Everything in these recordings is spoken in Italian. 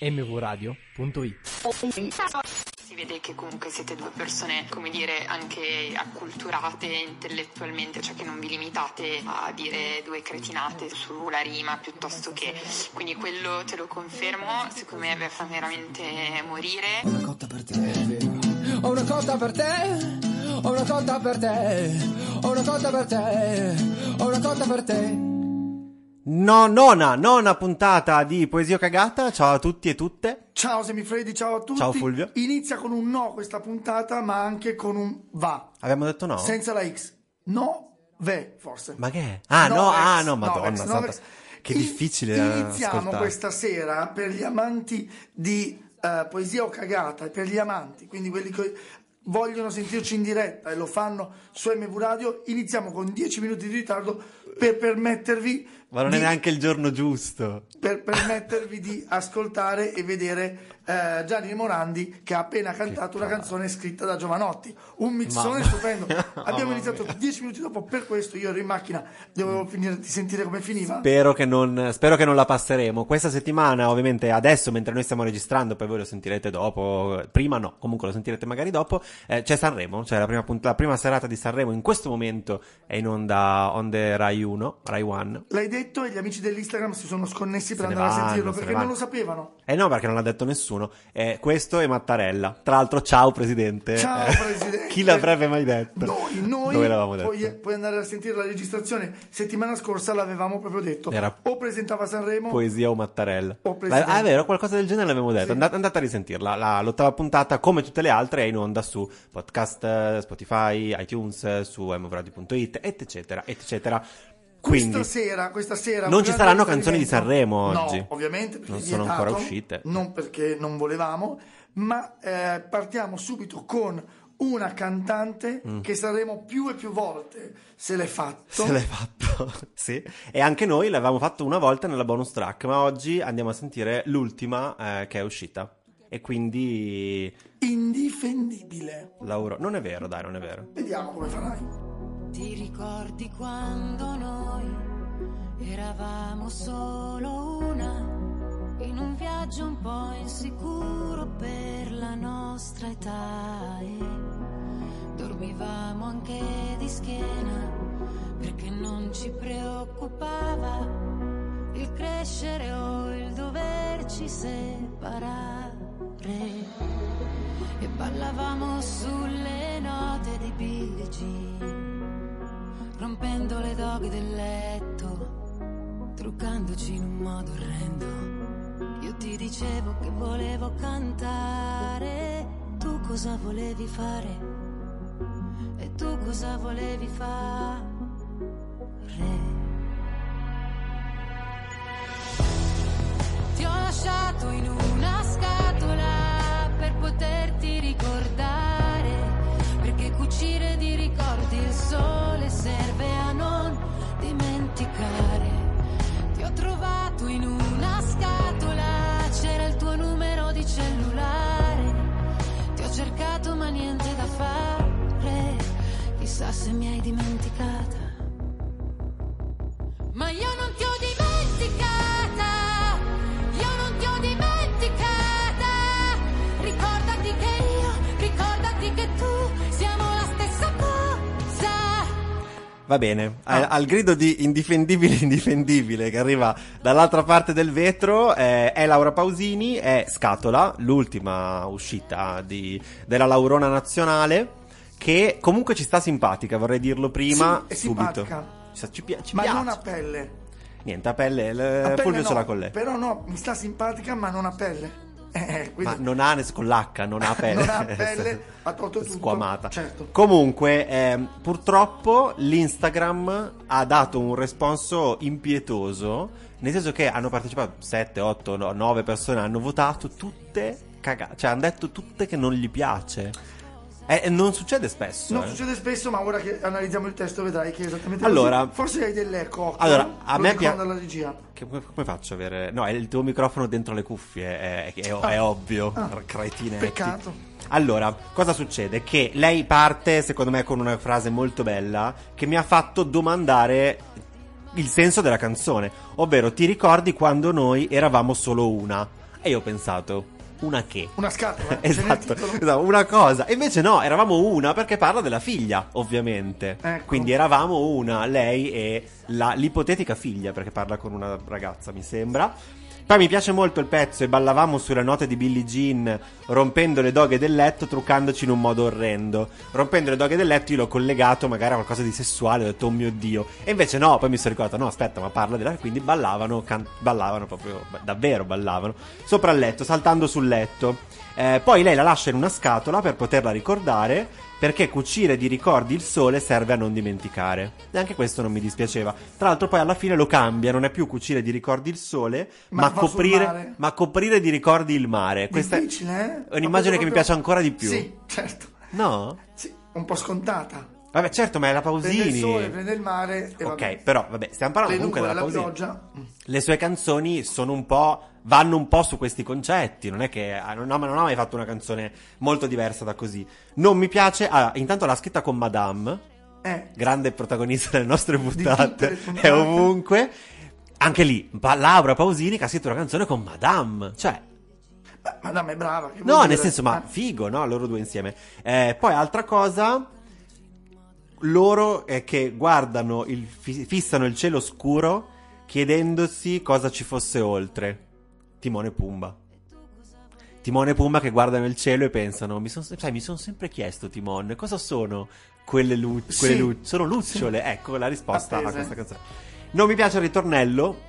mvradio.it. Si vede che comunque siete due persone, come dire, anche acculturate intellettualmente, cioè che non vi limitate a dire due cretinate sulla rima piuttosto che, quindi quello te lo confermo, secondo me fa veramente morire. Ho una cotta per te, è vero. Ho una cotta per te, ho una cotta per te, ho una cotta per te, ho una cotta per te. Nona puntata di Poesia Cagata. Ciao a tutti e tutte. Ciao Semifreddi, ciao a tutti. Ciao Fulvio. Inizia con un no questa puntata, ma anche con un va. Abbiamo detto no? Senza la X. No, ve, forse. Ma che è? No, Madonna santa. Che difficile Iniziamo ascoltare. questa sera per gli amanti di Poesia o Cagata, per gli amanti, quindi quelli che vogliono sentirci in diretta e lo fanno su MV Radio. Iniziamo con 10 minuti di ritardo per permettervi... Ma non è neanche il giorno giusto. Per permettervi di ascoltare e vedere Gianni Morandi che ha appena cantato una canzone scritta da Giovanotti. Un mixone stupendo. Abbiamo iniziato 10 minuti dopo, per questo io ero in macchina, dovevo finire di sentire come finiva. Spero che non la passeremo. Questa settimana, ovviamente, adesso mentre noi stiamo registrando, poi voi lo sentirete dopo. Prima no, comunque lo sentirete magari dopo. C'è Sanremo, cioè la prima serata di Sanremo in questo momento è in onda on the Rai 1, Rai 1. L'hai detto e gli amici dell'Instagram si sono sconnessi per andare a sentirlo perché non lo sapevano. No, perché non l'ha detto nessuno. Questo è Mattarella. Tra l'altro, ciao Presidente. Ciao Presidente. Chi l'avrebbe mai detto? Noi l'avevamo detto. Puoi andare a sentire la registrazione. Settimana scorsa l'avevamo proprio detto. Era o presentava Sanremo, Poesia o Mattarella. O Presidente. È vero, qualcosa del genere l'avevamo detto. Sì. Andate a risentirla. L'ottava puntata, come tutte le altre, è in onda su podcast, Spotify, iTunes, su mvradio.it, eccetera. Quindi, questa sera non ci saranno canzoni di Sanremo oggi. No, ovviamente, perché non è sono vietato, ancora uscite. Non perché non volevamo, ma partiamo subito con una cantante che Sanremo più e più volte se l'è fatto, sì. E anche noi l'avevamo fatto una volta nella bonus track, ma oggi andiamo a sentire l'ultima che è uscita. E quindi... indifendibile. Lauro, non è vero, dai, non è vero. Vediamo come farai. Ti ricordi quando noi eravamo solo una, in un viaggio un po' insicuro per la nostra età, e dormivamo anche di schiena perché non ci preoccupava il crescere o il doverci separare, e ballavamo sulle note di Billie Jean, rompendo le doghe del letto, truccandoci in un modo orrendo. Io ti dicevo che volevo cantare, tu cosa volevi fare? E tu cosa volevi fare? Ti ho lasciato in una scatola per poterti ricordare, perché cucire di ricordi il sole serve a non dimenticare. Ti ho trovato in una scatola, c'era il tuo numero di cellulare. Ti ho cercato ma niente da fare, chissà se mi hai dimenticata. Ma io non ti ho dimenticata, io non ti ho dimenticata. Ricordati che tu siamo la stessa cosa. Va bene, al grido di indifendibile che arriva dall'altra parte del vetro, è Laura Pausini, è Scatola, l'ultima uscita della Laurona Nazionale, che comunque ci sta simpatica, vorrei dirlo prima, sì, è subito. simpatica. Ci Ma piace. non a pelle. Niente, a pelle, A pelle Fulvio no, ce l'ha con lei. però no, mi sta simpatica ma non a pelle. Quindi... Ma non ha con l'H, non ha pelle. Non ha pelle, ha tolto tutto. Squamata. Certo. Comunque, purtroppo l'Instagram ha dato un responso impietoso, nel senso che hanno partecipato 7, 8, 9 persone, hanno votato tutte cagate, cioè hanno detto tutte che non gli piace. Non succede spesso. Non succede spesso, ma ora che analizziamo il testo vedrai che è esattamente allora, così. Forse hai dell'eco. Allora, a me piace dalla regia. Come faccio a avere... No, è il tuo microfono dentro le cuffie, è ovvio, cretinetti. Peccato. Allora, cosa succede? Che lei parte, secondo me, con una frase molto bella che mi ha fatto domandare il senso della canzone, ovvero: ti ricordi quando noi eravamo solo una? E io ho pensato, una che? Una scatola. Esatto, una cosa. E invece no, eravamo una, perché parla della figlia, ovviamente. Ecco. Quindi eravamo una, lei e l'ipotetica figlia, perché parla con una ragazza, mi sembra. Poi mi piace molto il pezzo e ballavamo sulle note di Billie Jean, rompendo le doghe del letto, truccandoci in un modo orrendo. Rompendo le doghe del letto io l'ho collegato magari a qualcosa di sessuale, ho detto oh mio Dio. E invece no, poi mi sono ricordato, no aspetta, ma parla della... Quindi ballavano proprio, davvero ballavano, sopra il letto, saltando sul letto. Poi lei la lascia in una scatola per poterla ricordare, perché cucire di ricordi il sole serve a non dimenticare. E anche questo non mi dispiaceva. Tra l'altro poi alla fine lo cambia, non è più cucire di ricordi il sole, ma coprire di ricordi il mare. Questa difficile, è un'immagine che mi piace ancora di più. Sì, certo. No? Sì, un po' scontata. Vabbè, certo, ma è la Pausini. Prende il sole, prende il mare e ok, però vabbè, stiamo parlando comunque della Pausini. Pioggia. Le sue canzoni sono un po', vanno un po' su questi concetti. Non è che non ha mai fatto una canzone molto diversa da così. Non mi piace. Intanto l'ha scritta con Madame, grande protagonista delle nostre puntate, è ovunque. Anche lì, Laura Pausini che ha scritto una canzone con Madame, cioè. Beh, Madame è brava. No, nel senso, ma figo, no? Loro due insieme. Poi altra cosa. Loro che guardano, fissano il cielo scuro chiedendosi cosa ci fosse oltre. Timone e Pumba. Timone e Pumba che guardano il cielo e pensano, mi sono sempre chiesto, Timone, cosa sono quelle luci? Sono lucciole. Sì. Ecco la risposta a questa canzone. Non mi piace il ritornello.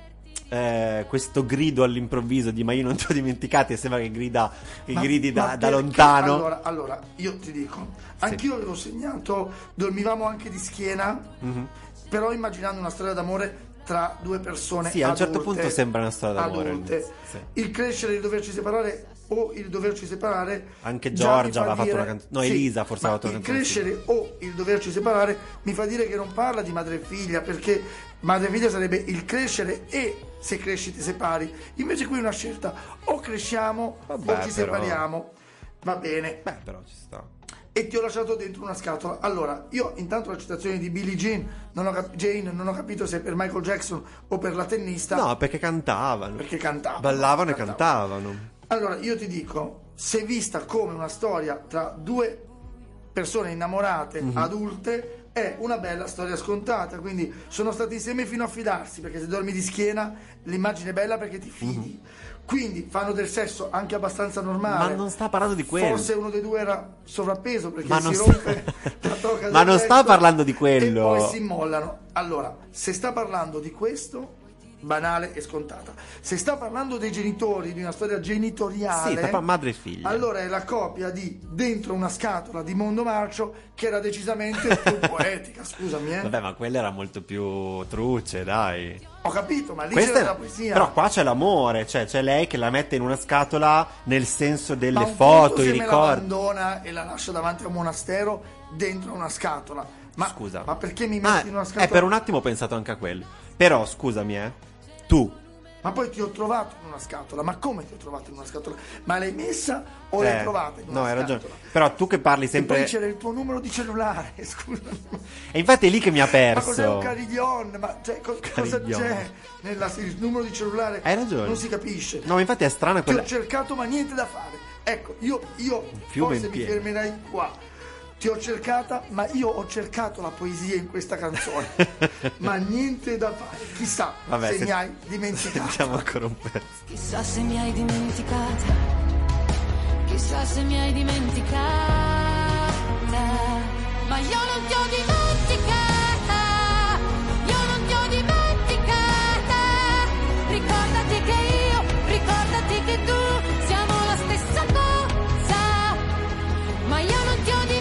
Questo grido all'improvviso di ma io non ti ho dimenticati, e sembra che gridi da lontano. Allora io ti dico, anch'io avevo segnato dormivamo anche di schiena, però immaginando una storia d'amore tra due persone sì, a un adulte, certo punto sembra una storia d'amore sì. Il crescere e il doverci separare o il doverci separare, anche Giorgia aveva fatto una canzone, no sì, Elisa forse aveva fatto una canzone. Il crescere o il doverci separare mi fa dire che non parla di madre e figlia, perché madre e figlia sarebbe il crescere e se cresci ti separi. Invece qui è una scelta, o cresciamo o ci separiamo. Va bene. Beh, però ci sta. E ti ho lasciato dentro una scatola. Allora, io intanto la citazione di Billie Jean non ho capito se è per Michael Jackson o per la tennista. No, perché cantavano. Ballavano e cantavano. Allora, io ti dico, se vista come una storia tra due persone innamorate, adulte, è una bella storia scontata. Quindi sono stati insieme fino a fidarsi, perché se dormi di schiena l'immagine è bella perché ti fidi. Quindi fanno del sesso anche abbastanza normale. Ma non sta parlando di quello. Forse uno dei due era sovrappeso perché si rompe la tocca. Ma non sta parlando di quello. E poi si immollano. Allora, se sta parlando di questo, banale e scontata. Se sta parlando dei genitori, di una storia genitoriale, sì, madre e figlia, allora è la copia di Dentro una scatola di Mondo Marcio, che era decisamente più poetica, scusami. Vabbè, ma quella era molto più truce, dai. Ho capito, ma lì c'era la poesia. Però qua c'è l'amore, cioè c'è lei che la mette in una scatola nel senso delle foto, i ricordi. Ma la abbandona e la lascia davanti a un monastero dentro una scatola. Ma scusa, ma perché mi metti in una scatola? Per un attimo ho pensato anche a quello. Però scusami, tu. Ma poi ti ho trovato in una scatola. Ma come ti ho trovato in una scatola? Ma l'hai messa o l'hai trovata in una scatola? No, hai ragione. Però tu che parli sempre. E poi c'era il tuo numero di cellulare, scusa. E infatti è lì che mi ha perso. Ma cos'è un carillon? Ma cioè, cosa c'è il numero di cellulare? Hai ragione. Non si capisce. No, infatti è strana quella. Ti ho cercato ma niente da fare. Ecco, io forse mi fermerei qua. Ti ho cercata, ma io ho cercato la poesia in questa canzone. Ma niente da fare. Chissà se mi hai dimenticata. Sentiamo ancora un pezzo. Chissà se mi hai dimenticata. Chissà se mi hai dimenticata. Ma io non ti ho dimenticata. Io non ti ho dimenticata. Ricordati che tu siamo la stessa cosa. Ma io non ti ho dimenticata.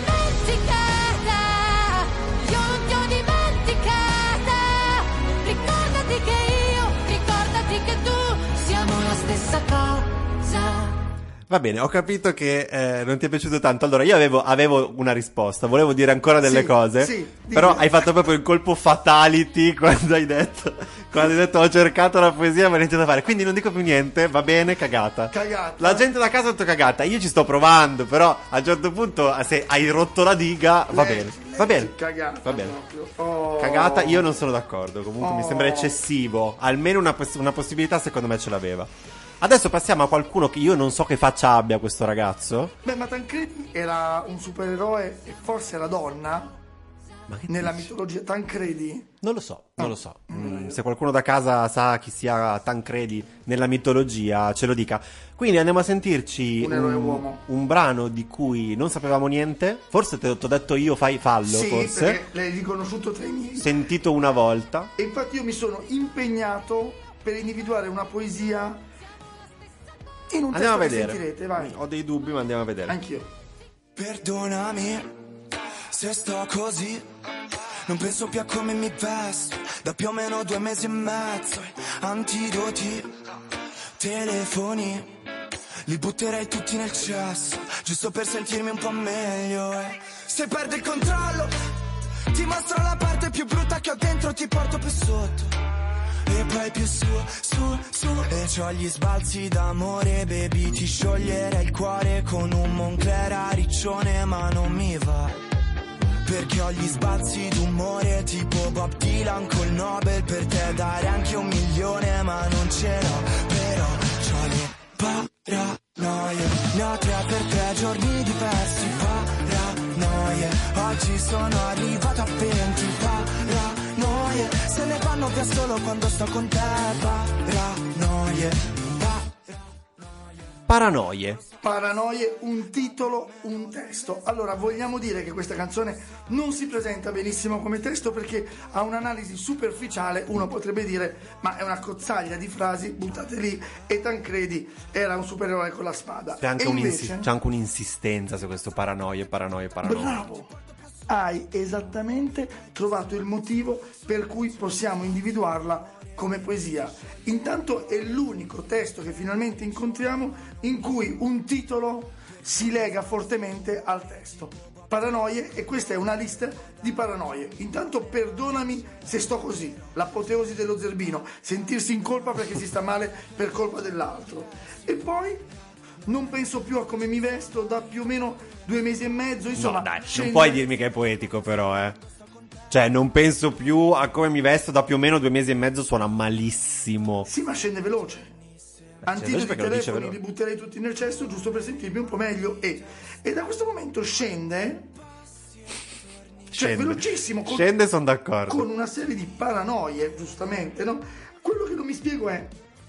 Stessa cosa. Va bene, ho capito che non ti è piaciuto tanto. Allora, io avevo una risposta, volevo dire ancora delle cose, però hai fatto proprio il colpo fatality quando hai detto ho cercato la poesia ma niente da fare. Quindi non dico più niente, va bene, cagata. La gente da casa ha detto cagata, io ci sto provando, però a un certo punto se hai rotto la diga, va bene. Cagata, va bene. Cagata, io non sono d'accordo, comunque mi sembra eccessivo. Almeno una possibilità secondo me ce l'aveva. Adesso passiamo a qualcuno che io non so che faccia abbia questo ragazzo. Beh, ma Tancredi era un supereroe e forse era donna Ma che nella dici? mitologia. Tancredi? Non lo so. Se qualcuno da casa sa chi sia Tancredi nella mitologia, ce lo dica. Quindi andiamo a sentirci Un eroe uomo. un brano di cui non sapevamo niente. Forse te l'ho detto io, fallo, Sì, forse. perché l'hai riconosciuto tra i miei. Sentito una volta. E infatti io mi sono impegnato per individuare una poesia in un Andiamo a testo che vedere. sentirete, vai. Ho dei dubbi, ma andiamo a vedere. Anch'io. Perdonami se sto così, non penso più a come mi vesto, da più o meno 2 mesi e mezzo. Antidoti, telefoni, li butterei tutti nel cesso, giusto per sentirmi un po' meglio. Se perdo il controllo, ti mostro la parte più brutta che ho dentro, ti porto più sotto e poi più su. E c'ho gli sbalzi d'amore, baby, ti scioglierei il cuore con un Moncler a riccione, ma non mi va, perché ho gli sbalzi d'umore tipo Bob Dylan col Nobel, per te dare anche 1 milione, ma non ce l'ho, però c'ho le paranoie, ne ho 3 per 3 giorni diversi, paranoie, oggi sono arrivato a 20 paranoie, se ne vanno via solo quando sto con te, paranoie. Paranoie, un titolo, un testo. Allora, vogliamo dire che questa canzone non si presenta benissimo come testo perché ha un'analisi superficiale. Uno potrebbe dire, ma è una cozzaglia di frasi buttate lì, e Tancredi era un supereroe con la spada. C'è anche, E invece, c'è anche un'insistenza su questo paranoie. bravo, hai esattamente trovato il motivo per cui possiamo individuarla come poesia. Intanto è l'unico testo che finalmente incontriamo in cui un titolo si lega fortemente al testo. Paranoie, e questa è una lista di paranoie. Intanto perdonami se sto così, l'apoteosi dello zerbino, sentirsi in colpa perché si sta male per colpa dell'altro. E poi non penso più a come mi vesto da più o meno 2 mesi e mezzo, insomma. No, dai, scende- non puoi dirmi che è poetico, però, Cioè, non penso più a come mi vesto da più o meno 2 mesi e mezzo, suona malissimo. Sì, ma scende veloce. Antidoti veloce perché lo dice telefoni veloce. li butterei tutti nel cesto giusto per sentirmi un po' meglio. E da questo momento scende, cioè velocissimo, Scende, sono d'accordo. con una serie di paranoie, giustamente, no? Quello che non mi spiego è: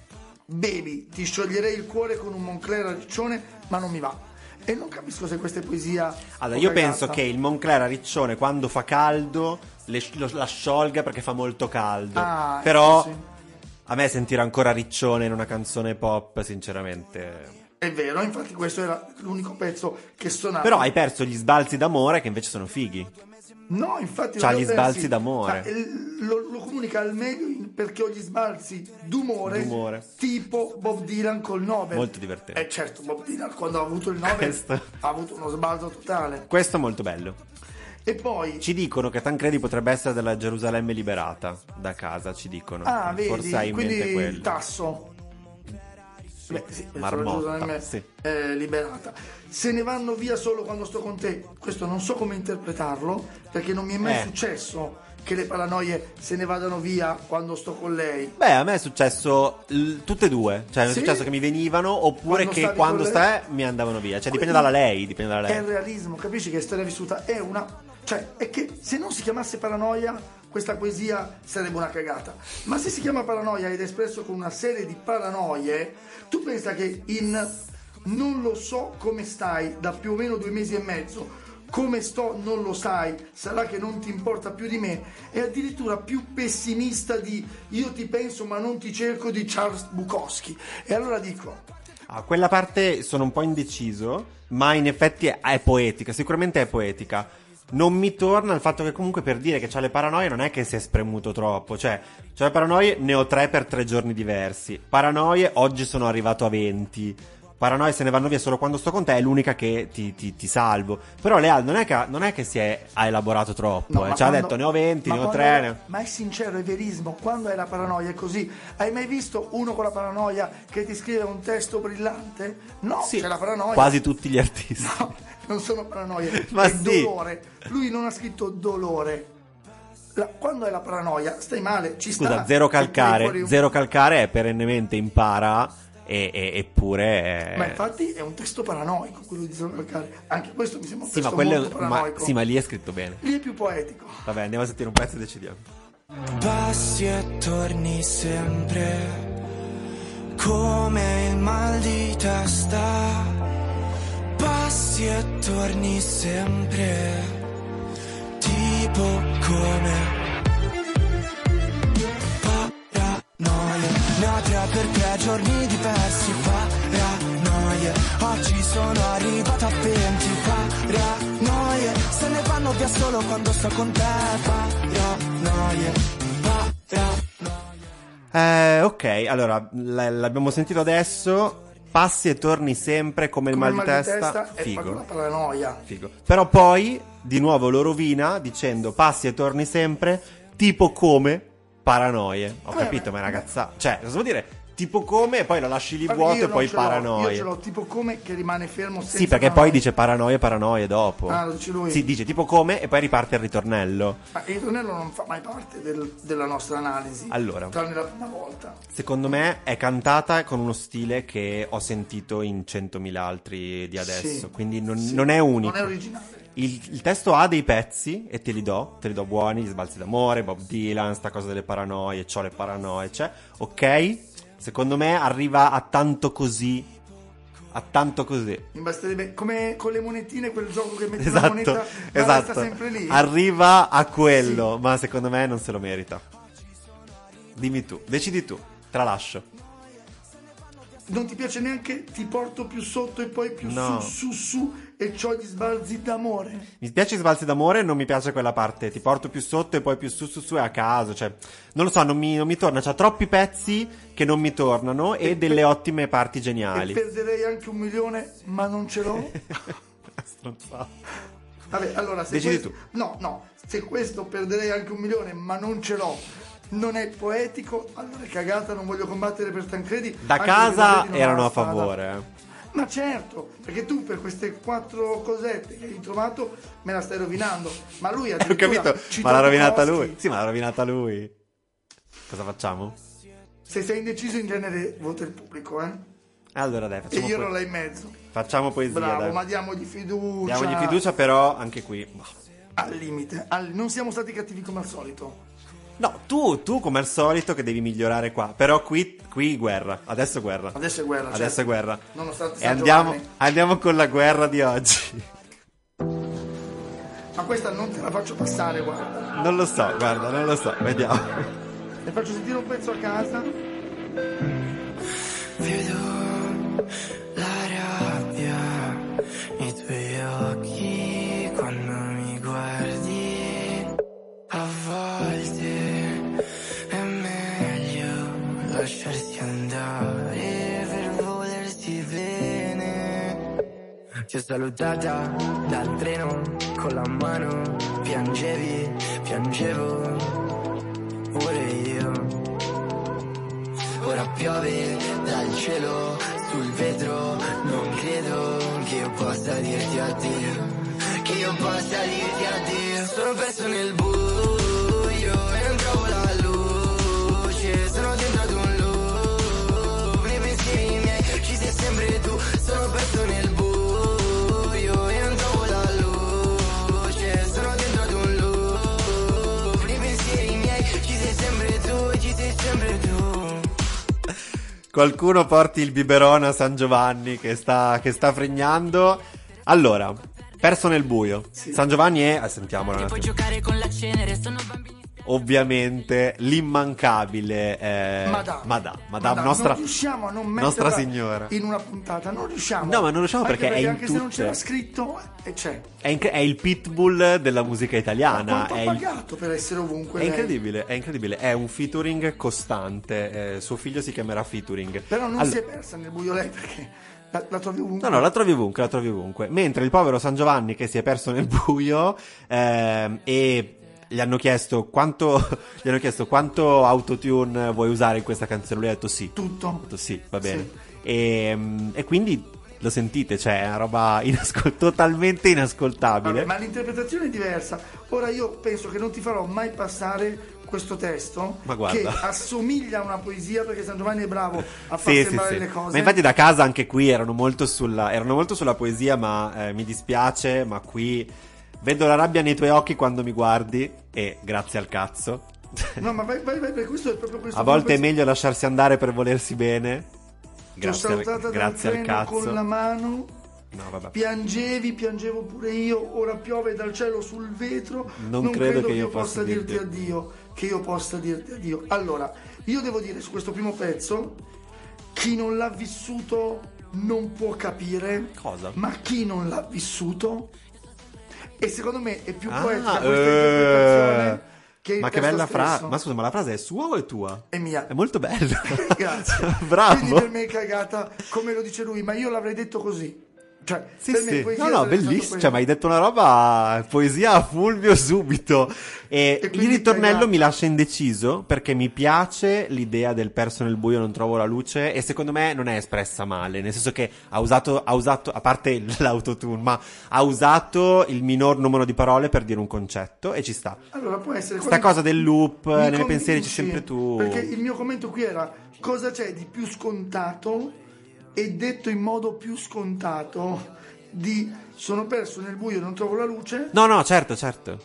baby, ti scioglierei il cuore con un Moncler a riccione, ma non mi va. E non capisco se questa è poesia. Allora, o io cagata. penso che il Moncler a riccione, quando fa caldo, la sciolga perché fa molto caldo. Ah, Però ecco, sì. a me sentire ancora riccione in una canzone pop, sinceramente. È vero, infatti questo era l'unico pezzo che suonava. Però hai perso gli sbalzi d'amore, che invece sono fighi. No, infatti C'ha non li gli ho persi. sbalzi d'amore. Lo comunica al meglio perché ho gli sbalzi d'umore. Tipo Bob Dylan col Nobel. Molto divertente. Certo, Bob Dylan quando ha avuto il Nobel Questo. ha avuto uno sbalzo totale. Questo è molto bello. E poi Ci dicono che Tancredi potrebbe essere della Gerusalemme liberata da casa, ci dicono. vedi, Forse hai in quindi mente il quello. Tasso. Beh, sì, Marmotta, Gerusalemme sì. liberata. Se ne vanno via solo quando sto con te. Questo non so come interpretarlo, perché non mi è mai successo che le paranoie se ne vadano via quando sto con lei. Beh, a me è successo tutte e due. Cioè, mi è Sì? successo che mi venivano, oppure Quando che stavi quando con stai mi andavano via. Cioè, dipende Quindi dalla lei, dipende dalla È lei. il realismo, capisci che storia vissuta è una. Cioè, è che se non si chiamasse paranoia, questa poesia sarebbe una cagata. Ma se si chiama paranoia ed è espresso con una serie di paranoie, tu pensa che in non lo so come stai da più o meno 2 mesi e mezzo, come sto non lo sai, sarà che non ti importa più di me, è addirittura più pessimista di io ti penso ma non ti cerco di Charles Bukowski. E allora dico, A quella parte sono un po' indeciso, ma in effetti è poetica, sicuramente è poetica. Non mi torna il fatto che comunque per dire che c'ha le paranoie non è che si è spremuto troppo. Cioè, c'ho le paranoie, ne ho 3 per 3 giorni diversi. Paranoie, oggi sono arrivato a 20. Paranoie se ne vanno via solo quando sto con te, è l'unica che ti salvo. Però le altre non è che ha elaborato troppo. no, ma Ci ha quando- detto ne ho 20, ma ne ho quando 3. era- Ma è sincero, è verismo. Quando è la paranoia è così. Hai mai visto uno con la paranoia che ti scrive un testo brillante? No, Sì, c'è la paranoia. quasi tutti gli artisti. No, non sono paranoie, Ma è sì. dolore. Lui non ha scritto dolore. Quando è la paranoia, stai male, ci sta. Scusa, Zero che tiri fuori Calcare. un- Zero Calcare è perennemente impara eppure Ma infatti è un testo paranoico quello di Salvo Calcare. Anche questo mi sembra un testo quello, molto paranoico. ma lì è scritto bene. Lì è più poetico. Vabbè, andiamo a sentire un pezzo e decidiamo. Passi e torni sempre come il mal di testa. Passi e torni sempre tipo come paranoia. Ne ho 3 per 3 giorni diversi. Paranoie. Oggi sono arrivato a 20. Paranoie. Se ne vanno via solo quando sto con te. Paranoie. Ok, allora l'abbiamo sentito adesso. Passi e torni sempre come il mal di testa. È proprio la paranoia. Figo. Però poi di nuovo lo rovina dicendo passi e torni sempre tipo come paranoie. Ho capito, ma è una cazzata. Cioè, cosa vuol dire? Tipo come e poi lo lasci lì vuoto e poi paranoie. Io ce l'ho tipo come che rimane fermo senza Sì, perché poi dice paranoie dopo. Ah, lo dice lui. Sì, dice tipo come e poi riparte il ritornello. Ma il ritornello non fa mai parte della nostra analisi. Allora, tranne la prima volta. secondo me è cantata con uno stile che ho sentito in 100.000 altri di adesso. Sì, quindi non è unico. Non è originale. Il testo ha dei pezzi e te li do buoni, gli sbalzi d'amore, Bob Dylan, sta cosa delle paranoie, c'ho le paranoie, c'è. Ok? Secondo me arriva a tanto così. Mi basterebbe come con le monetine, quel gioco che metti Esatto, la moneta, esatto. sta sempre lì. Arriva a quello, ma secondo me non se lo merita. Dimmi tu, decidi tu, tralascio. Non ti piace neanche ti porto più sotto e poi più No. su e c'ho gli sbalzi d'amore. Mi piace i sbalzi d'amore, non mi piace quella parte. Ti porto più sotto e poi più su è a caso. Cioè, non lo so, non mi torna. C'ha troppi pezzi che non mi tornano e delle ottime parti geniali. E perderei anche 1 milione, ma non ce l'ho. Stronzata. Vabbè, allora se Decidi questo... tu. No, se questo perderei anche 1 milione, ma non ce l'ho. Non è poetico, allora è cagata, non voglio combattere per Tancredi. Da anche casa perché non ha erano la a spada. favore. Ma certo, perché tu per queste 4 cosette che hai trovato me la stai rovinando. Ma lui ha Ho capito, ma l'ha rovinata lui. Sì, ma l'ha rovinata lui. Cosa facciamo? Se sei indeciso in genere vota il pubblico, eh? Allora dai, E facciamo, io non l'ho in mezzo. facciamo poesia. Bravo, dai. ma diamogli fiducia. Diamogli fiducia, però anche qui. Al limite. Non siamo stati cattivi come al solito. No, tu come al solito che devi migliorare qua. Però qui guerra. Adesso guerra. Adesso è guerra. Adesso certo. è guerra. Nonostante E San andiamo, Giovanni. andiamo con la guerra di oggi. Ma questa non te la faccio passare, guarda. Non lo so, guarda, non lo so. Vediamo. Le faccio sentire un pezzo a casa. Vedo la rabbia nei tuoi occhi quando mi guardi. A volte è meglio lasciarsi andare per volersi bene. Ti ho salutata dal treno con la mano, piangevo pure io. Ora piove dal cielo sul vetro, non credo che io possa dirti addio, che io possa dirti addio. Sono perso nel buio e non trovo la luce, sono dentro ad un loop, nei pensieri miei ci sei sempre tu. Sono perso nel buio e non trovo la luce, sono dentro ad un loop, nei pensieri miei ci sei sempre tu, ci sei sempre tu. Qualcuno porti il biberone a San Giovanni che sta fregnando. Allora, perso nel buio. Sì. San Giovanni è, sentiamola un Puoi attimo. giocare con la cenere, sono bambini. Ovviamente l'immancabile Madà, nostra, non riusciamo a non Nostra metterla Signora. in una puntata, non riusciamo. No, ma non riusciamo Anche perché è in anche se non tutte. c'era scritto c'è. È il pitbull della musica italiana. Quanto ha pagato per essere ovunque È lei? incredibile, è incredibile. È un featuring costante. Suo figlio si chiamerà featuring. Però non Allora- si è persa nel buio lei perché la trovi ovunque. No, la trovi ovunque. Mentre il povero San Giovanni che si è perso nel buio e gli hanno chiesto quanto autotune vuoi usare in questa canzone. Lui ha detto sì. Tutto. Ha detto sì, va bene. Sì. E quindi lo sentite, cioè è una roba totalmente inascoltabile. Vabbè, ma l'interpretazione è diversa. Ora io penso che non ti farò mai passare questo testo Ma guarda. che assomiglia a una poesia, perché San Giovanni è bravo a far sembrare le cose. Ma infatti da casa anche qui erano molto sulla poesia, ma mi dispiace, ma qui vedo la rabbia nei tuoi occhi quando mi guardi e grazie al cazzo. No, ma vai, per questo è proprio questo. A volte è meglio lasciarsi andare per volersi bene. Ti ho salutata Grazie dal al treno cazzo. con la mano. No, vabbè. Piangevo pure io. Ora piove dal cielo sul vetro. Non credo che io possa dirti addio. Allora, io devo dire su questo primo pezzo, chi non l'ha vissuto non può capire. Cosa? Ma chi non l'ha vissuto, e secondo me è più poetica questa interpretazione che il ma che testo bella frase. stesso. Ma scusa, ma la frase è sua o è tua? È mia. È molto bella. Grazie. Bravo. Quindi per me è cagata come lo dice lui, ma io l'avrei detto così. Cioè, Sì, per me sì. poesia No, sarebbe stato bellissimo. quello. Cioè, mi hai detto una roba, poesia a Fulvio subito. E il quindi ritornello cagato. mi lascia indeciso perché mi piace l'idea del perso nel buio non trovo la luce e secondo me non è espressa male, nel senso che ha usato, a parte l'autotune, ma ha usato il minor numero di parole per dire un concetto e ci sta. Allora può essere Sta cosa del loop, mi nei miei pensieri c'è convinci, sempre tu. Perché il mio commento qui era: cosa c'è di più scontato e detto in modo più scontato di sono perso nel buio, non trovo la luce, No, certo.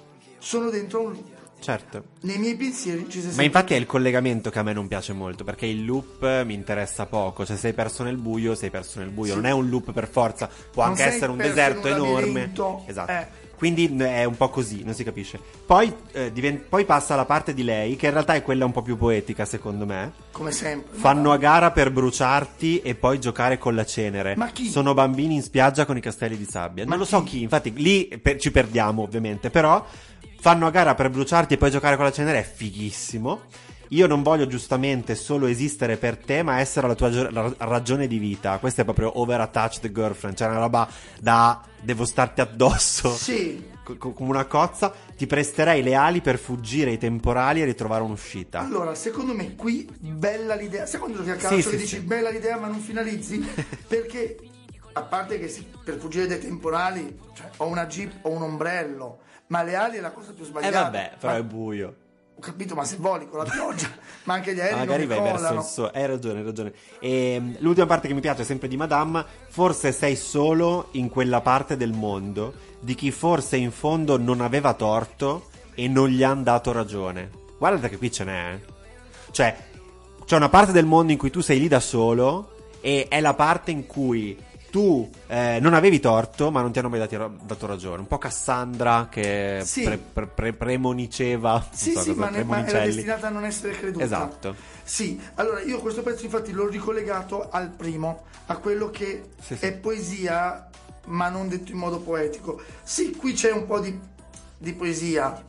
sono dentro un loop. Certo. Nei miei pensieri ci sei Ma sempre. infatti è il collegamento che a me non piace molto, perché il loop mi interessa poco, cioè sei perso nel buio, Sì. non è un loop per forza, può Non anche sei essere un perso deserto in un enorme. labirinto. Esatto. Quindi è un po' così, non si capisce. Poi, poi passa la parte di lei, che in realtà è quella un po' più poetica, secondo me. Come sempre. Fanno a gara per bruciarti e poi giocare con la cenere. Ma chi? Sono bambini in spiaggia con i castelli di sabbia. Ma Non lo so chi? chi, infatti lì ci perdiamo ovviamente, però fanno a gara per bruciarti e poi giocare con la cenere è fighissimo. Io non voglio giustamente solo esistere per te, ma essere la tua ragione di vita. Questa è proprio over-attached girlfriend, cioè una roba da devo starti addosso. Sì. Come una cozza. Ti presterei le ali per fuggire ai temporali e ritrovare un'uscita. Allora, secondo me qui bella l'idea. Sai quando giochi a calcio Sì, e dici sì. bella l'idea ma non finalizzi? Perché a parte che per fuggire dai temporali, cioè, ho una jeep o un ombrello, ma le ali è la cosa più sbagliata. Vabbè, però Ma- è buio. Ho capito, ma se voli con la pioggia, ma anche gli aerei Magari non vai verso collano. il sole. Hai ragione. E l'ultima parte che mi piace è sempre di Madame. Forse sei solo in quella parte del mondo di chi forse in fondo non aveva torto e non gli han dato ragione. Guarda che qui ce n'è. Cioè, c'è una parte del mondo in cui tu sei lì da solo e è la parte in cui tu non avevi torto ma non ti hanno mai dato ragione. Un po' Cassandra che Sì. premoniceva. Non Sì, so sì, cosa, ma era premonicelli. destinata a non essere creduta. Esatto. Sì, allora io questo pezzo infatti l'ho ricollegato al primo, a quello che Sì. è poesia, ma non detto in modo poetico. Sì, qui c'è un po' di poesia.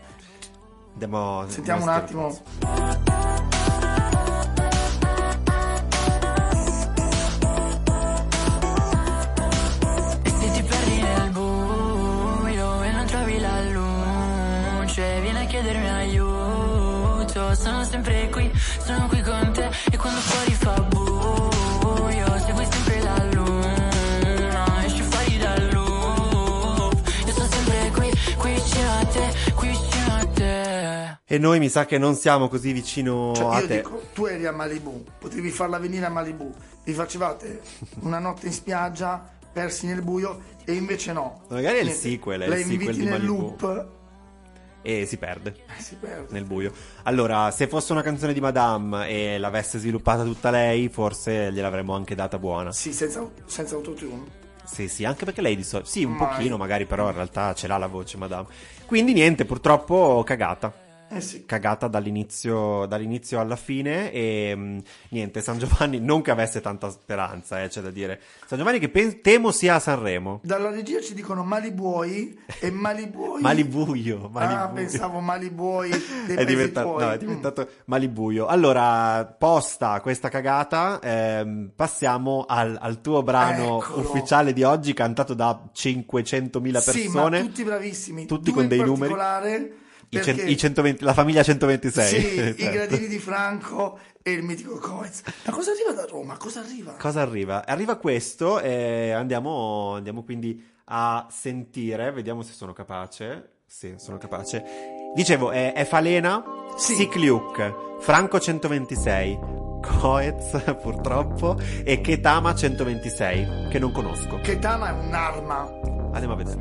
Sentiamo un attimo. E se ti perdi nel buio e non trovi la luce, vieni a chiedermi aiuto. Sono sempre qui, sono qui con te. E quando fuori fa buio, segui sempre la luna, esci fuori dal loop. Io sono sempre qui vicino a te, qui vicino a te. E noi mi sa che non siamo così vicino Cioè, a io te. dico, tu eri a Malibu, potevi farla venire a Malibu, vi facevate una notte in spiaggia, persi nel buio, e invece no. Magari è il Niente, sequel, è la il sequel inviti di nel Malibu. loop, E si perde si perde. nel buio. Allora, se fosse una canzone di Madame e l'avesse sviluppata tutta lei, forse gliel'avremmo anche data buona. Sì, senza autotune. Sì, anche perché lei di solito. Sì, un Mai. pochino magari, però in realtà ce l'ha la voce Madame. Quindi niente, purtroppo cagata. Sì. Cagata dall'inizio alla fine e niente, San Giovanni non che avesse tanta speranza, c'è da dire. San Giovanni che temo sia a Sanremo. Dalla regia ci dicono Malibuoi e Malibuoi. Malibuio. Ah, pensavo Malibuoi dei È Paesi diventato, tuoi. no, è diventato Malibuio. Allora, posta questa cagata, passiamo al tuo brano Eccolo. ufficiale di oggi, cantato da 500.000 Sì, persone. ma tutti bravissimi. Tutti Due con dei in numeri. particolare, I perché- 120, la famiglia 126. Sì, i Certo. gradini di Franco e il mitico Coez. Ma cosa arriva da Roma? Cosa arriva? Cosa arriva? Arriva questo e andiamo quindi a sentire, vediamo se sono capace. Sì, sono capace. Dicevo, è Falena, Sì. Sikliuk, Franco 126, Coez purtroppo, e Ketama 126, che non conosco. Ketama è un'arma. Andiamo a vedere.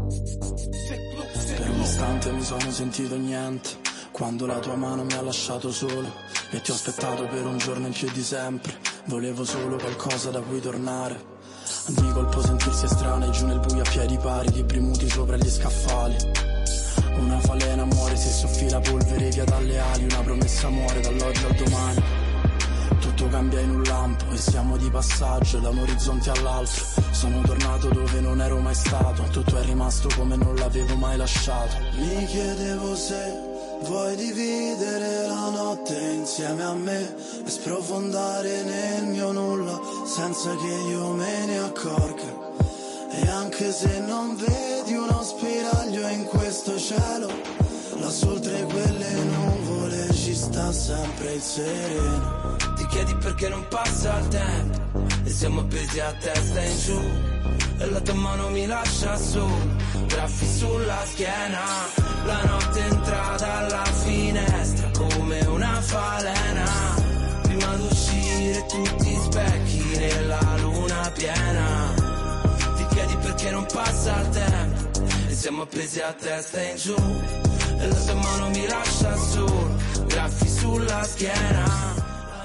Per un istante mi sono sentito niente, quando la tua mano mi ha lasciato solo, e ti ho aspettato per un giorno in più di sempre. Volevo solo qualcosa da cui tornare. Di colpo sentirsi estranei giù nel buio a piedi pari, libri muti sopra gli scaffali. Una falena muore se soffi la polvere via dalle ali, una promessa muore dall'oggi al domani. Tutto cambia in un lampo e siamo di passaggio da un orizzonte all'altro. Sono tornato dove non ero mai stato, tutto è rimasto come non l'avevo mai lasciato. Mi chiedevo se vuoi dividere la notte insieme a me e sprofondare nel mio nulla senza che io me ne accorga. E anche se non vedi uno spiraglio in questo cielo, lassù oltre quelle nuvole ci sta sempre il sereno. Ti chiedi perché non passa il tempo e siamo appesi a testa in giù, e la tua mano mi lascia solo, graffi sulla schiena. La notte entra dalla finestra come una falena, prima d'uscire tutti specchi nella luna piena. Ti chiedi perché non passa il tempo e siamo appesi a testa in giù, e la tua mano mi lascia solo, graffi sulla schiena.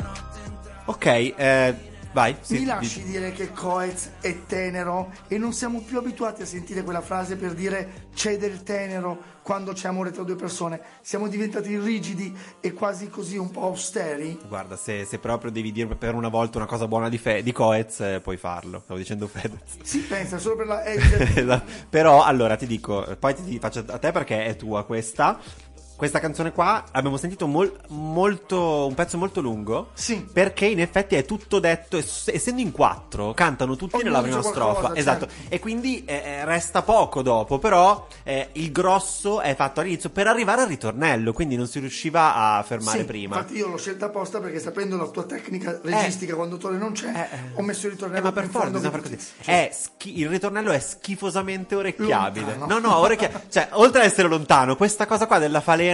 Ok, vai. Mi lasci dire che Coez è tenero e non siamo più abituati a sentire quella frase per dire c'è del tenero quando c'è amore tra due persone. Siamo diventati rigidi e quasi così un po' austeri. Guarda, se proprio devi dire per una volta una cosa buona di Coez, puoi farlo. Stavo dicendo Fedez. Si pensa solo per la... Però, allora, ti dico, poi ti faccio a te perché è tua questa. Questa canzone qua abbiamo sentito un pezzo molto lungo. Sì. Perché in effetti è tutto detto, essendo in 4, cantano tutti nella prima strofa. Esatto. Certo. E quindi resta poco dopo, però il grosso è fatto all'inizio per arrivare al ritornello, quindi non si riusciva a fermare Sì, prima. infatti io l'ho scelta apposta perché sapendo la tua tecnica registica quando Tore non c'è, ho messo il ritornello ma per in forza fondo bisogna fare che- così. Il ritornello è schifosamente orecchiabile. Lontano. No, cioè, oltre ad essere lontano, questa cosa qua della falena,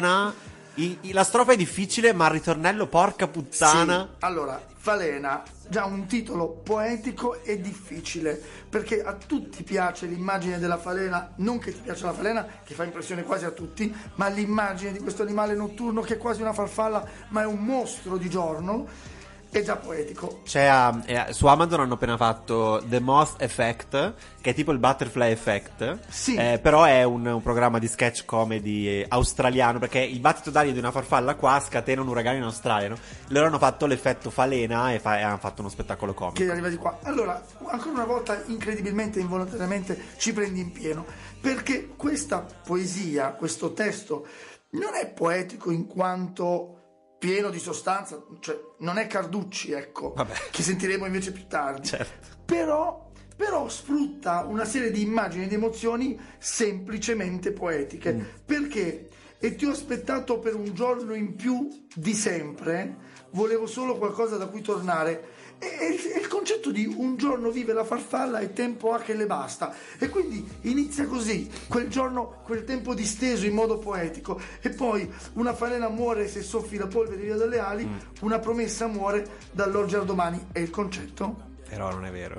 la strofa è difficile, ma il ritornello, porca puttana. Sì, allora, Falena, già un titolo poetico e difficile, perché a tutti piace l'immagine della falena, non che ti piace la falena, che fa impressione quasi a tutti, ma l'immagine di questo animale notturno che è quasi una farfalla, ma è un mostro di giorno, è già poetico. C'è su Amazon hanno appena fatto The Moth Effect, che è tipo il Butterfly Effect. Sì. Però è un programma di sketch comedy australiano, perché il battito d'aria di una farfalla qua scatena un uragano in Australia, no? Loro hanno fatto l'effetto falena e hanno fatto uno spettacolo comico. Che arriva di qua. Allora, ancora una volta, incredibilmente, involontariamente, ci prendi in pieno, perché questa poesia, questo testo, non è poetico in quanto pieno di sostanza, cioè non è Carducci, ecco, Vabbè. che sentiremo invece più tardi. Certo. Però sfrutta una serie di immagini e di emozioni semplicemente poetiche. Perché? E ti ho aspettato per un giorno in più di sempre, volevo solo qualcosa da cui tornare. E il concetto di un giorno vive la farfalla e tempo ha che le basta. E quindi inizia così, quel giorno, quel tempo disteso in modo poetico. E poi una falena muore se soffi la polvere via dalle ali, una promessa muore dall'oggi al domani. E il concetto? Però non è vero.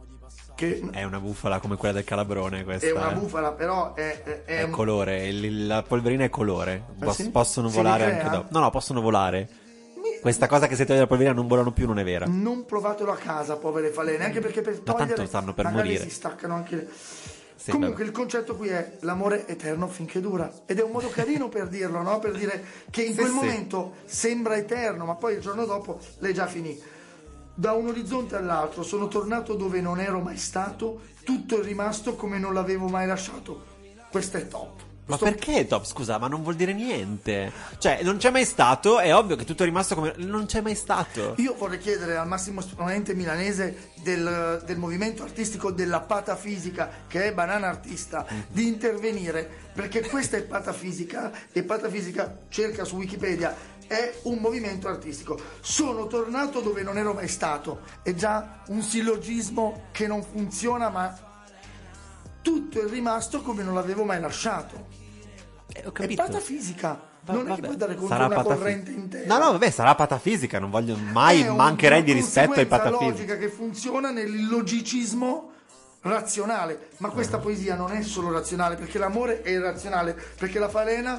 Che È una bufala come quella del calabrone questa. è una bufala, però è un... colore, la polverina è colore. Ah, sì? Possono Si volare ricrea? anche dopo. No, possono volare. Questa cosa che se toglie la polverina non volano più non è vera. Non provatelo a casa, povere falene, anche perché per Ma tanto togliere stanno per magari morire. si staccano anche le... Sì, Comunque vabbè. il concetto qui è l'amore eterno finché dura, ed è un modo carino per dirlo, no? Per dire che in quel sì. momento sembra eterno, ma poi il giorno dopo l'è già finì. Da un orizzonte all'altro sono tornato dove non ero mai stato, tutto è rimasto come non l'avevo mai lasciato. Questo è top. Ma perché è top? Scusa, ma non vuol dire niente. Cioè, non c'è mai stato, è ovvio che tutto è rimasto come... Non c'è mai stato. Io vorrei chiedere al massimo esponente milanese del movimento artistico della patafisica, che è Banana Artista, di intervenire, perché questa è patafisica, e patafisica, cerca su Wikipedia, è un movimento artistico. Sono tornato dove non ero mai stato. È già un sillogismo che non funziona, ma tutto è rimasto come non l'avevo mai lasciato. Ho È capito. patafisica. Non è Vabbè, che puoi dare contro sarà una patafisica. corrente intera. No, vabbè, sarà patafisica, non voglio mai, È mancherei di una rispetto ai conseguenza patafisici. logica che funziona nell'illogicismo razionale, ma questa poesia non è solo razionale, perché l'amore è irrazionale, perché la falena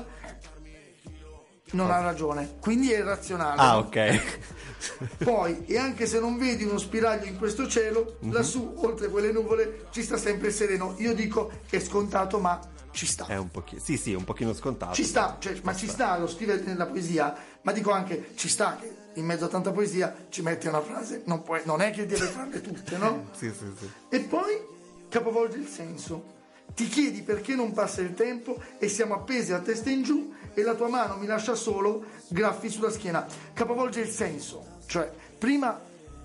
non ha ragione, quindi è irrazionale. Ah, ok. Poi, e anche se non vedi uno spiraglio in questo cielo, lassù, oltre quelle nuvole, ci sta sempre il sereno. Io dico, è scontato, ma ci sta. È un pochino, sì, un pochino scontato. Ci sta, cioè, ma ci sta, lo scrive nella poesia, ma dico anche, ci sta che in mezzo a tanta poesia ci metti una frase, non è che deve farle tutte, no? Sì. E poi capovolge il senso. Ti chiedi perché non passa il tempo e siamo appesi a testa in giù e la tua mano mi lascia solo, graffi sulla schiena. Capovolge il senso, cioè prima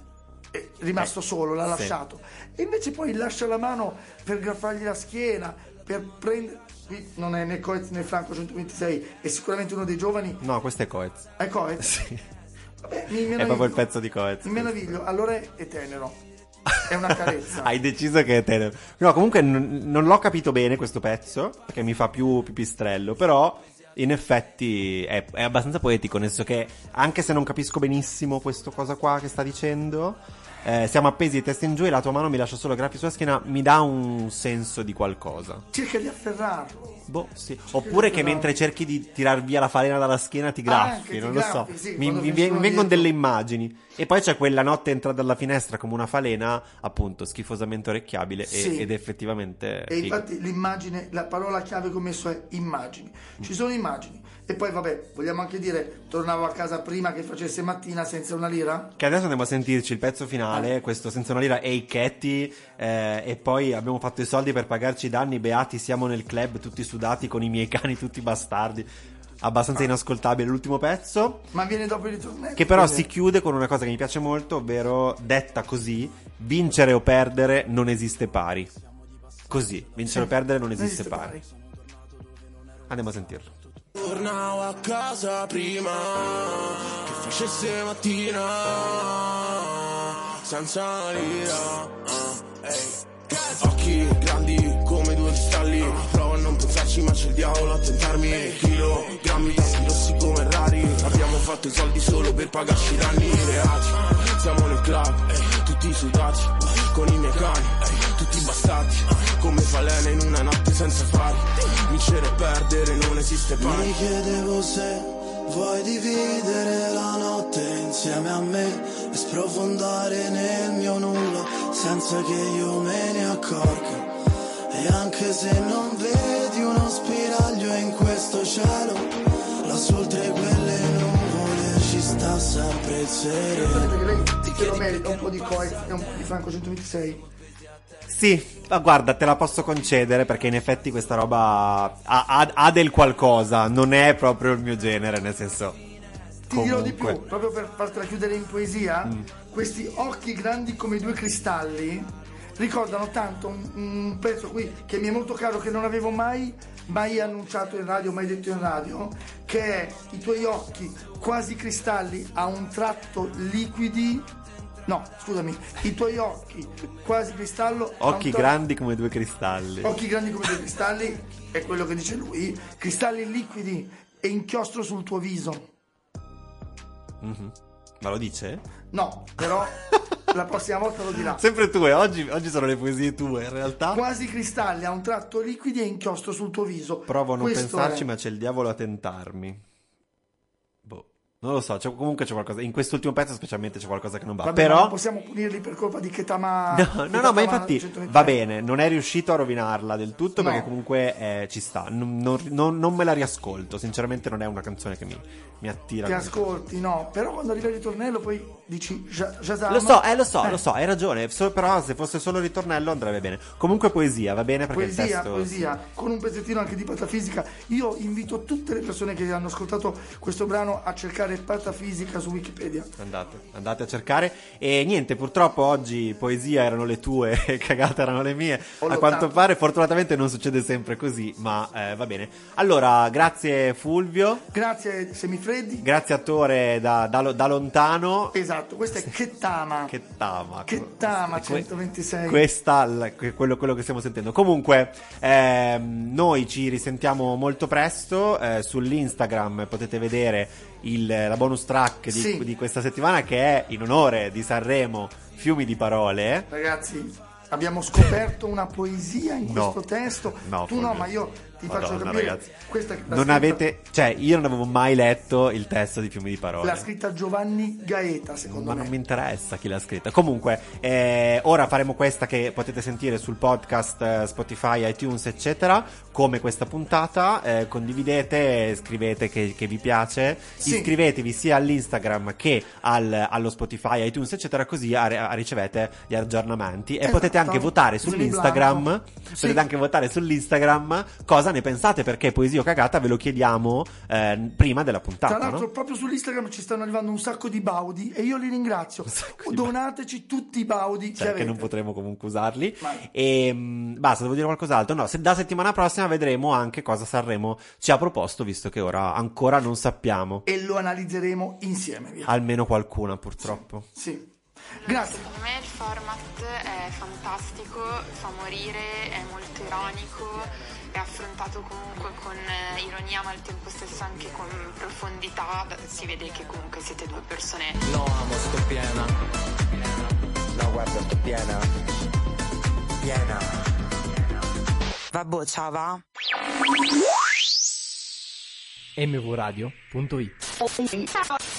è rimasto solo, l'ha lasciato, e invece poi lascia la mano per graffargli la schiena, per prendere... Qui non è né Coez né Franco 126, è sicuramente uno dei giovani. No, questo è Coez. È Coez? Sì. Vabbè, È proprio il pezzo di Coez. Mi meraviglio, allora è tenero. È una carezza. Hai deciso che è tenero. No, comunque non l'ho capito bene questo pezzo, perché mi fa più pipistrello, però in effetti è abbastanza poetico, nel senso che anche se non capisco benissimo questo cosa qua che sta dicendo, siamo appesi di testa in giù e la tua mano mi lascia solo graffi sulla schiena, mi dà un senso di qualcosa. Cerca di afferrarlo. Boh, sì. Oppure che mentre cerchi di tirar via la falena dalla schiena ti graffi, non lo so. Sì, mi vengono delle immagini. E poi c'è quella notte entra dalla finestra come una falena, appunto, schifosamente orecchiabile ed effettivamente... E infatti l'immagine, la parola chiave che ho messo è immagini. Ci sono immagini. E poi vabbè, vogliamo anche dire, tornavo a casa prima che facesse mattina senza una lira? Che adesso andiamo a sentirci il pezzo finale, questo senza una lira e i Catty, e poi abbiamo fatto i soldi per pagarci i danni, beati siamo nel club tutti sudati con i miei cani tutti bastardi. Abbastanza inascoltabile l'ultimo pezzo, ma viene dopo il ritornello, che però si chiude con una cosa che mi piace molto, ovvero detta così: vincere o perdere non esiste pari. Così, vincere o perdere non esiste pari. Andiamo a sentirlo. Tornavo a casa prima che facesse mattina senza una lira, occhi grandi come due cristalli, provo a non pensarci ma c'è il diavolo a tentarmi, chilogrammi tanti rossi come rari, abbiamo fatto i soldi solo per pagarci i danni reati, siamo nel club, tutti sudati, con i miei cani, tutti bastardi, come falene in una notte senza fari, vincere e perdere non esiste pari. Mi chiedevo se vuoi dividere la notte insieme a me e sprofondare nel mio nulla senza che io me ne accorga. E anche se non vedi uno spiraglio in questo cielo, lassù oltre quelle nuvole ci sta sempre il sereno. Perché lei te lo merita un po' di Coez e un po' di Franco 126. Sì, ma guarda, te la posso concedere perché in effetti questa roba ha del qualcosa, non è proprio il mio genere, nel senso... Ti dirò di più, proprio per fartela chiudere in poesia, questi occhi grandi come due cristalli ricordano tanto un pezzo qui che mi è molto caro, che non avevo mai annunciato in radio, mai detto in radio, che è i tuoi occhi quasi cristalli a un tratto liquidi. No, scusami, i tuoi occhi quasi cristallo. Occhi grandi come due cristalli. Occhi grandi come due cristalli, è quello che dice lui. Cristalli liquidi e inchiostro sul tuo viso. Ma lo dice? No, però la prossima volta lo dirà. Sempre tue, oggi sono le poesie tue, in realtà. Quasi cristalli a un tratto liquidi e inchiostro sul tuo viso. Provo a non Questo pensarci, è. ma c'è il diavolo a tentarmi. Non lo so, comunque c'è qualcosa. In quest'ultimo pezzo, specialmente, c'è qualcosa che non va. Vabbè, però non possiamo punirli per colpa di Ketama. No, ma infatti va bene. Non è riuscito a rovinarla del tutto, perché comunque ci sta. Non me la riascolto. Sinceramente, non è una canzone che mi attira. Ti ascolti, no. Però quando arriva il ritornello, poi dici Shazam. Lo so, hai ragione. Però se fosse solo il ritornello andrebbe bene. Comunque poesia, va bene? Perché Poesia, il testo... poesia, con un pezzettino anche di patafisica. Io invito tutte le persone che hanno ascoltato questo brano a cercare repata fisica su Wikipedia. Andate a cercare. E niente, purtroppo oggi poesia erano le tue e cagate erano le mie. A quanto pare, fortunatamente non succede sempre così, ma va bene. Allora, grazie Fulvio. Grazie Semifreddi. Grazie attore da lontano. Esatto, questa è Chettama. Chettama 126. Questa, quello che stiamo sentendo. Comunque, noi ci risentiamo molto presto. Sull'Instagram potete vedere la bonus track di questa settimana, che è in onore di Sanremo, Fiumi di parole. Ragazzi, abbiamo scoperto una poesia in questo testo. No, tu no, ma io ti faccio capire. Ragazzi, questa io non avevo mai letto il testo di Fiumi di parole. L'ha scritta Giovanni Gaeta, secondo me. Ma non mi interessa chi l'ha scritta. Comunque, ora faremo questa che potete sentire sul podcast, Spotify, iTunes, eccetera, come questa puntata. Condividete, scrivete che vi piace. Iscrivetevi sia all'Instagram che allo Spotify, iTunes, eccetera, così ricevete gli aggiornamenti. E potete anche votare sull'Instagram. Potete anche votare sull'Instagram cosa ne pensate, perché Poesia o Cagata ve lo chiediamo prima della puntata. Tra l'altro, proprio sull'Instagram ci stanno arrivando un sacco di baudi e io li ringrazio. Donateci tutti i baudi che non potremo comunque usarli. E basta, devo dire qualcos'altro. No, da settimana prossima vedremo anche cosa Sanremo ci ha proposto, visto che ora ancora non sappiamo. E lo analizzeremo insieme. Via. Almeno qualcuna, purtroppo. Sì. Grazie. Secondo me il format è fantastico, fa morire, è molto ironico, è affrontato comunque con ironia, ma al tempo stesso anche con profondità. Si vede che comunque siete due persone. No, amo, sto piena. No, guarda, sto piena. Piena. Vabbè, ciao, va. mvradio.it